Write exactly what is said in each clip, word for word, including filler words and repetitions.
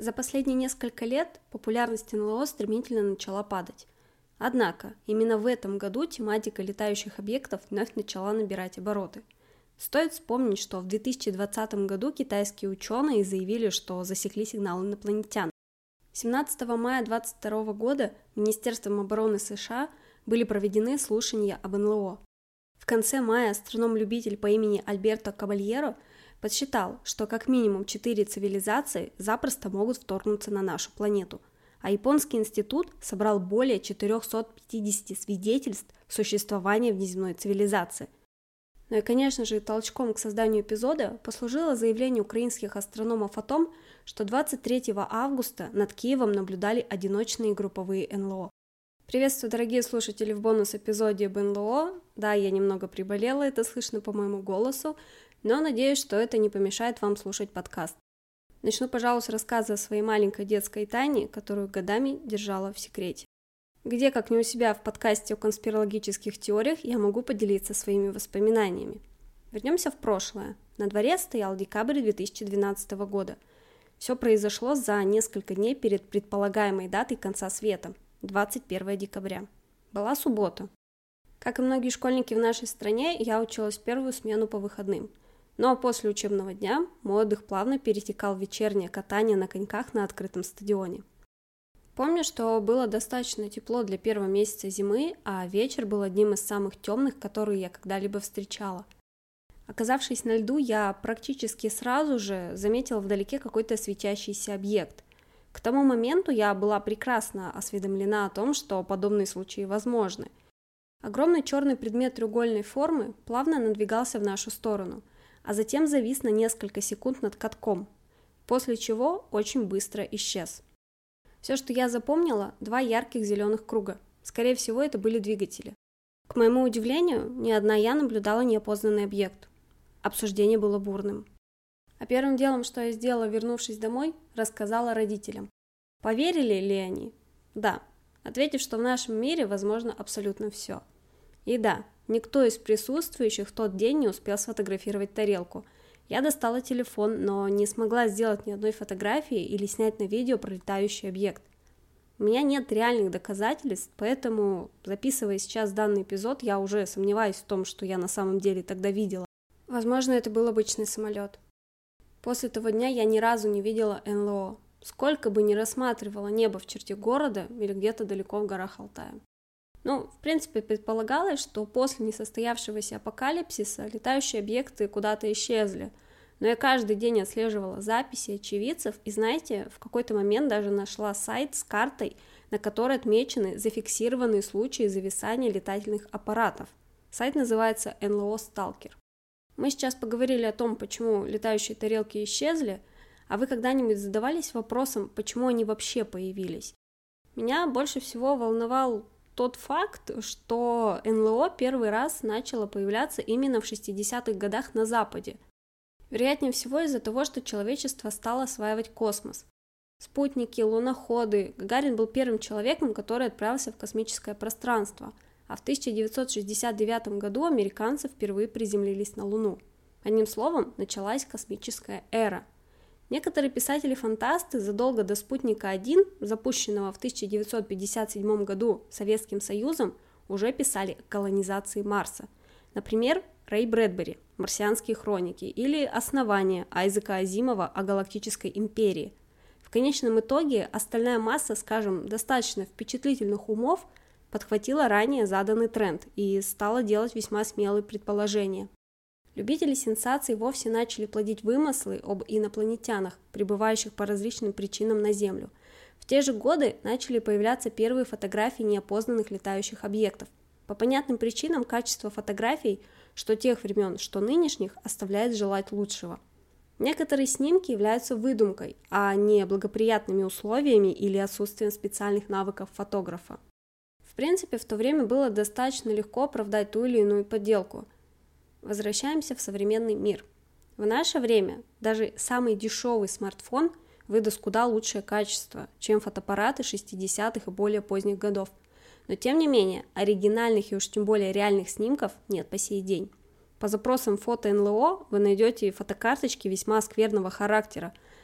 За последние несколько лет популярность эн эл о стремительно начала падать. Однако, именно в этом году тематика летающих объектов вновь начала набирать обороты. Стоит вспомнить, что в две тысячи двадцатом году китайские ученые заявили, что засекли сигнал инопланетян. семнадцатого мая две тысячи двадцать второго года Министерством обороны США были проведены слушания об эн эл о. В конце мая астроном-любитель по имени Альберто Кабальеро подсчитал, что как минимум четыре цивилизации запросто могут вторгнуться на нашу планету, а японский институт собрал более четырехсот пятидесяти свидетельств существования внеземной цивилизации. Ну и, конечно же, толчком к созданию эпизода послужило заявление украинских астрономов о том, что двадцать третьего августа над Киевом наблюдали одиночные групповые эн эл о. Приветствую, дорогие слушатели, в бонус-эпизоде об эн эл о. Да, я немного приболела, это слышно по моему голосу, но надеюсь, что это не помешает вам слушать подкаст. Начну, пожалуй, с рассказа о своей маленькой детской тайне, которую годами держала в секрете. Где, как не у себя в подкасте о конспирологических теориях, я могу поделиться своими воспоминаниями. Вернемся в прошлое. На дворе стоял декабрь две тысячи двенадцатого года. Все произошло за несколько дней перед предполагаемой датой конца света, двадцать первого декабря. Была суббота. Как и многие школьники в нашей стране, я училась в первую смену по выходным. Но после учебного дня мой отдых плавно перетекал в вечернее катание на коньках на открытом стадионе. Помню, что было достаточно тепло для первого месяца зимы, а вечер был одним из самых темных, которые я когда-либо встречала. Оказавшись на льду, я практически сразу же заметила вдалеке какой-то светящийся объект. К тому моменту я была прекрасно осведомлена о том, что подобные случаи возможны. Огромный черный предмет треугольной формы плавно надвигался в нашу сторону, а затем завис на несколько секунд над катком, после чего очень быстро исчез. Все, что я запомнила, два ярких зеленых круга. Скорее всего, это были двигатели. К моему удивлению, ни одна я наблюдала неопознанный объект. Обсуждение было бурным. А первым делом, что я сделала, вернувшись домой, рассказала родителям. Поверили ли они? Да, ответив, что в нашем мире возможно абсолютно все. И да, никто из присутствующих в тот день не успел сфотографировать тарелку. Я достала телефон, но не смогла сделать ни одной фотографии или снять на видео пролетающий объект. У меня нет реальных доказательств, поэтому, записывая сейчас данный эпизод, я уже сомневаюсь в том, что я на самом деле тогда видела. Возможно, это был обычный самолет. После того дня я ни разу не видела эн эл о, сколько бы ни рассматривала небо в черте города или где-то далеко в горах Алтая. Ну, в принципе, предполагалось, что после несостоявшегося апокалипсиса летающие объекты куда-то исчезли, но я каждый день отслеживала записи очевидцев и, знаете, в какой-то момент даже нашла сайт с картой, на которой отмечены зафиксированные случаи зависания летательных аппаратов. Сайт называется эн эл о Stalker. Мы сейчас поговорили о том, почему летающие тарелки исчезли, а вы когда-нибудь задавались вопросом, почему они вообще появились? Меня больше всего волновал тот факт, что эн эл о первый раз начало появляться именно в шестидесятых годах на Западе. Вероятнее всего из-за того, что человечество стало осваивать космос. Спутники, луноходы. Гагарин был первым человеком, который отправился в космическое пространство, а в тысяча девятьсот шестьдесят девятом году американцы впервые приземлились на Луну. Одним словом, началась космическая эра. Некоторые писатели-фантасты задолго до «Спутника один», запущенного в тысяча девятьсот пятьдесят седьмом году Советским Союзом, уже писали о колонизации Марса. Например, Рэй Брэдбери «Марсианские хроники» или «Основание» Айзека Азимова о галактической империи. В конечном итоге остальная масса, скажем, достаточно впечатлительных умов подхватила ранее заданный тренд и стала делать весьма смелые предположения. Любители сенсаций вовсе начали плодить вымыслы об инопланетянах, прибывающих по различным причинам на Землю. В те же годы начали появляться первые фотографии неопознанных летающих объектов. По понятным причинам качество фотографий, что тех времен, что нынешних, оставляет желать лучшего. Некоторые снимки являются выдумкой, а не благоприятными условиями или отсутствием специальных навыков фотографа. В принципе, в то время было достаточно легко оправдать ту или иную подделку. Возвращаемся в современный мир. В наше время даже самый дешевый смартфон выдаст куда лучшее качество, чем фотоаппараты шестидесятых и более поздних годов. Но тем не менее, оригинальных и уж тем более реальных снимков нет по сей день. По запросам фото эн эл о вы найдете фотокарточки весьма скверного характера,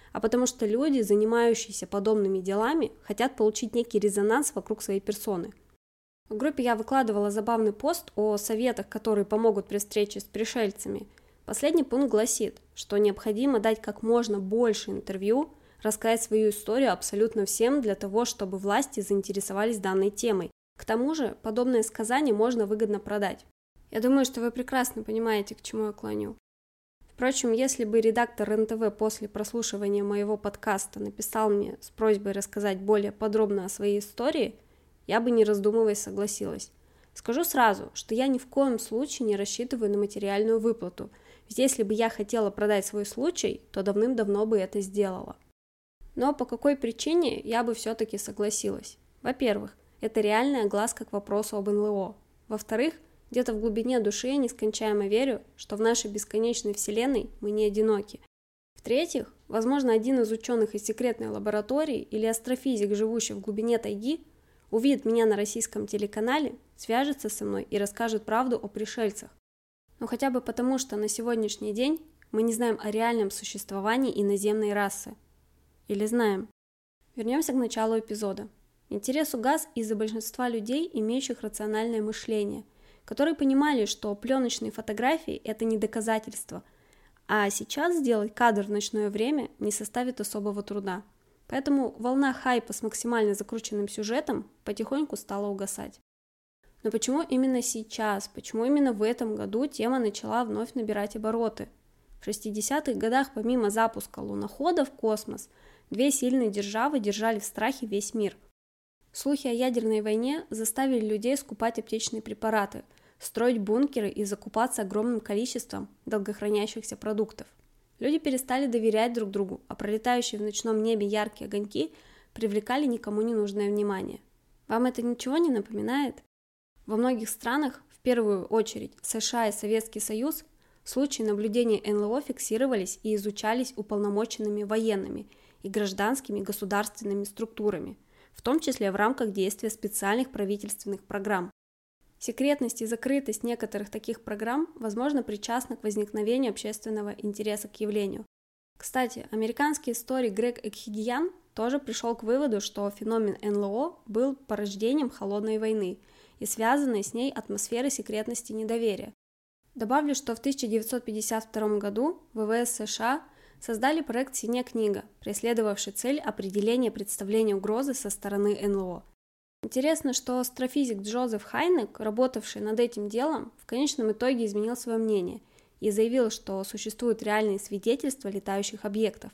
а потому что люди, занимающиеся подобными делами, хотят получить некий резонанс вокруг своей персоны. В группе я выкладывала забавный пост о советах, которые помогут при встрече с пришельцами. Последний пункт гласит, что необходимо дать как можно больше интервью, рассказать свою историю абсолютно всем для того, чтобы власти заинтересовались данной темой. К тому же, подобное сказание можно выгодно продать. Я думаю, что вы прекрасно понимаете, к чему я клоню. Впрочем, если бы редактор эн тэ вэ после прослушивания моего подкаста написал мне с просьбой рассказать более подробно о своей истории, я бы не раздумывая согласилась. Скажу сразу, что я ни в коем случае не рассчитываю на материальную выплату, ведь если бы я хотела продать свой случай, то давным-давно бы это сделала. Но по какой причине я бы все-таки согласилась? Во-первых, это реальная огласка к вопросу об эн эл о. Во-вторых, где-то в глубине души я нескончаемо верю, что в нашей бесконечной вселенной мы не одиноки. В-третьих, возможно, один из ученых из секретной лаборатории или астрофизик, живущий в глубине тайги, увидит меня на российском телеканале, свяжется со мной и расскажет правду о пришельцах. Но хотя бы потому, что на сегодняшний день мы не знаем о реальном существовании иноземной расы. Или знаем. Вернемся к началу эпизода. Интерес угас из-за большинства людей, имеющих рациональное мышление, которые понимали, что пленочные фотографии – это не доказательство, а сейчас сделать кадр в ночное время не составит особого труда. Поэтому волна хайпа с максимально закрученным сюжетом потихоньку стала угасать. Но почему именно сейчас, почему именно в этом году тема начала вновь набирать обороты? В шестидесятых годах помимо запуска лунохода в космос, две сильные державы держали в страхе весь мир. Слухи о ядерной войне заставили людей скупать аптечные препараты, строить бункеры и закупаться огромным количеством долгохранящихся продуктов. Люди перестали доверять друг другу, а пролетающие в ночном небе яркие огоньки привлекали никому не нужное внимание. Вам это ничего не напоминает? Во многих странах, в первую очередь США и Советский Союз, случаи наблюдения эн эл о фиксировались и изучались уполномоченными военными и гражданскими государственными структурами, в том числе в рамках действия специальных правительственных программ. Секретность и закрытость некоторых таких программ, возможно, причастна к возникновению общественного интереса к явлению. Кстати, американский историк Грег Экхигиян тоже пришел к выводу, что феномен эн эл о был порождением холодной войны и связанной с ней атмосферой секретности и недоверия. Добавлю, что в тысяча девятьсот пятьдесят втором году вэ вэ эс США создали проект «Синяя книга», преследовавший цель определения представления угрозы со стороны эн эл о. Интересно, что астрофизик Джозеф Хайнек, работавший над этим делом, в конечном итоге изменил свое мнение и заявил, что существуют реальные свидетельства летающих объектов.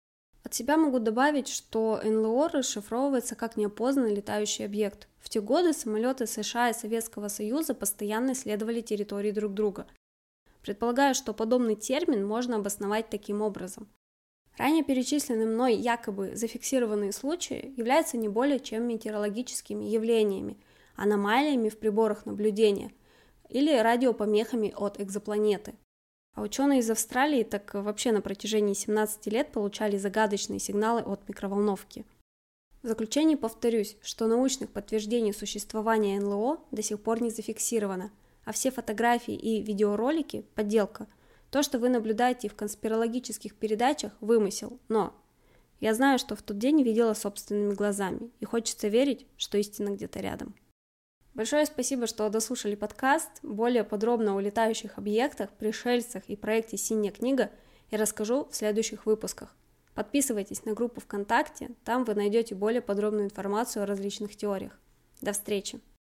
От себя могу добавить, что эн эл о расшифровывается как неопознанный летающий объект. В те годы самолеты США и Советского Союза постоянно исследовали территории друг друга. Предполагаю, что подобный термин можно обосновать таким образом. Ранее перечисленные мной якобы зафиксированные случаи являются не более чем метеорологическими явлениями, аномалиями в приборах наблюдения или радиопомехами от экзопланеты. А ученые из Австралии так вообще на протяжении семнадцати лет получали загадочные сигналы от микроволновки. В заключение повторюсь, что научных подтверждений существования эн эл о до сих пор не зафиксировано, а все фотографии и видеоролики – подделка. То, что вы наблюдаете в конспирологических передачах – вымысел, но я знаю, что в тот день видела собственными глазами, и хочется верить, что истина где-то рядом. Большое спасибо, что дослушали подкаст. Более подробно о летающих объектах, пришельцах и проекте «Синяя книга» я расскажу в следующих выпусках. Подписывайтесь на группу ВКонтакте, там вы найдете более подробную информацию о различных теориях. До встречи!